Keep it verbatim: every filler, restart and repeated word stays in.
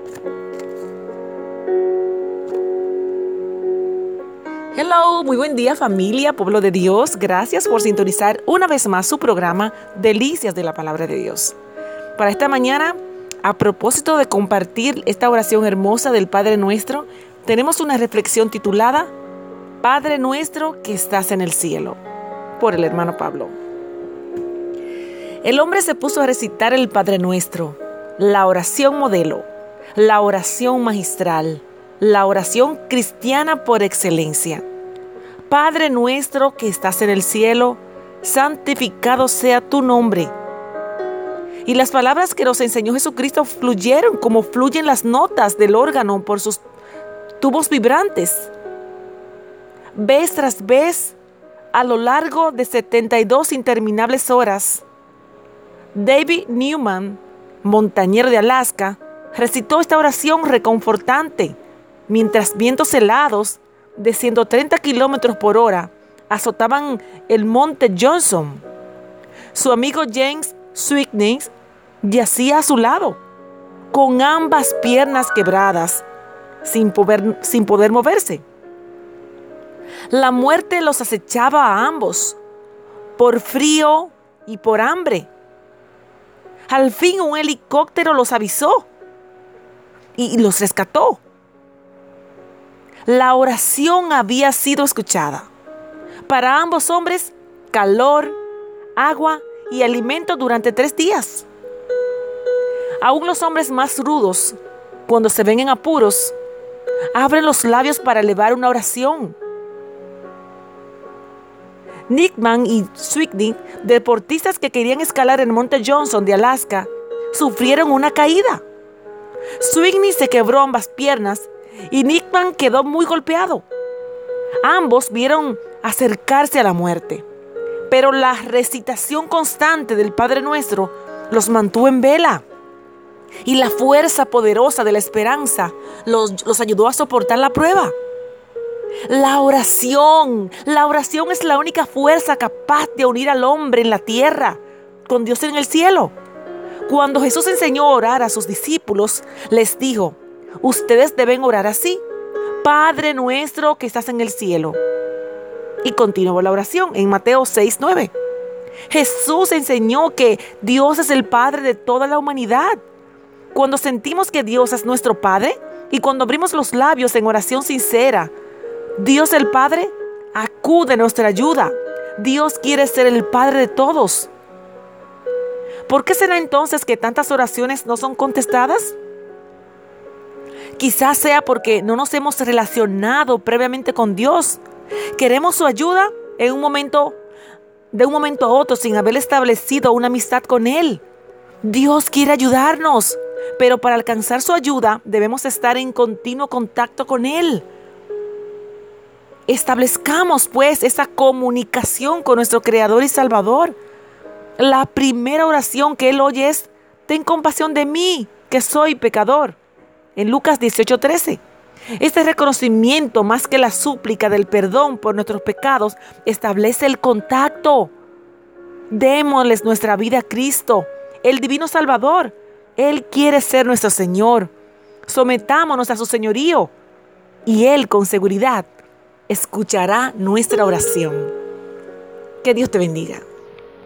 Hello, muy buen día familia, pueblo de Dios. Gracias por sintonizar una vez más su programa Delicias de la Palabra de Dios. Para esta mañana, a propósito de compartir esta oración hermosa del Padre Nuestro, tenemos una reflexión titulada Padre Nuestro que estás en el cielo, por el hermano Pablo. El hombre se puso a recitar el Padre Nuestro, la oración modelo, la oración magistral, la oración cristiana por excelencia. Padre nuestro que estás en el cielo, santificado sea tu nombre. Y las palabras que nos enseñó Jesucristo fluyeron como fluyen las notas del órgano por sus tubos vibrantes. Vez tras vez, a lo largo de setenta y dos interminables horas, David Newman, montañero de Alaska, recitó esta oración reconfortante, mientras vientos helados de ciento treinta kilómetros por hora azotaban el monte Johnson. Su amigo James Sweeney yacía a su lado, con ambas piernas quebradas, sin poder, sin poder moverse. La muerte los acechaba a ambos, por frío y por hambre. Al fin un helicóptero los avisó y los rescató. La oración había sido escuchada. Para ambos hombres, calor, agua y alimento durante tres días. Aún los hombres más rudos, cuando se ven en apuros, abren los labios para elevar una oración. Nickman y Sweeney, deportistas que querían escalar el monte Johnson de Alaska, sufrieron una caída. Sweeney se quebró ambas piernas y Nickman quedó muy golpeado. Ambos vieron acercarse a la muerte, pero la recitación constante del Padre Nuestro los mantuvo en vela, y la fuerza poderosa de la esperanza los, los ayudó a soportar la prueba. La oración, la oración es la única fuerza capaz de unir al hombre en la tierra con Dios en el cielo. Cuando Jesús enseñó a orar a sus discípulos, les dijo: ustedes deben orar así: Padre nuestro que estás en el cielo. Y continuó la oración en Mateo seis nueve. Jesús enseñó que Dios es el Padre de toda la humanidad. Cuando sentimos que Dios es nuestro Padre y cuando abrimos los labios en oración sincera, Dios el Padre acude a nuestra ayuda. Dios quiere ser el Padre de todos. ¿Por qué será entonces que tantas oraciones no son contestadas? Quizás sea porque no nos hemos relacionado previamente con Dios. Queremos su ayuda en un momento, de un momento a otro, sin haber establecido una amistad con Él. Dios quiere ayudarnos, pero para alcanzar su ayuda debemos estar en continuo contacto con Él. Establezcamos pues esa comunicación con nuestro Creador y Salvador. La primera oración que Él oye es: ten compasión de mí, que soy pecador. En Lucas dieciocho trece. Este reconocimiento, más que la súplica del perdón por nuestros pecados, establece el contacto. Démosles nuestra vida a Cristo, el divino Salvador. Él quiere ser nuestro Señor. Sometámonos a su señorío y Él con seguridad escuchará nuestra oración. Que Dios te bendiga.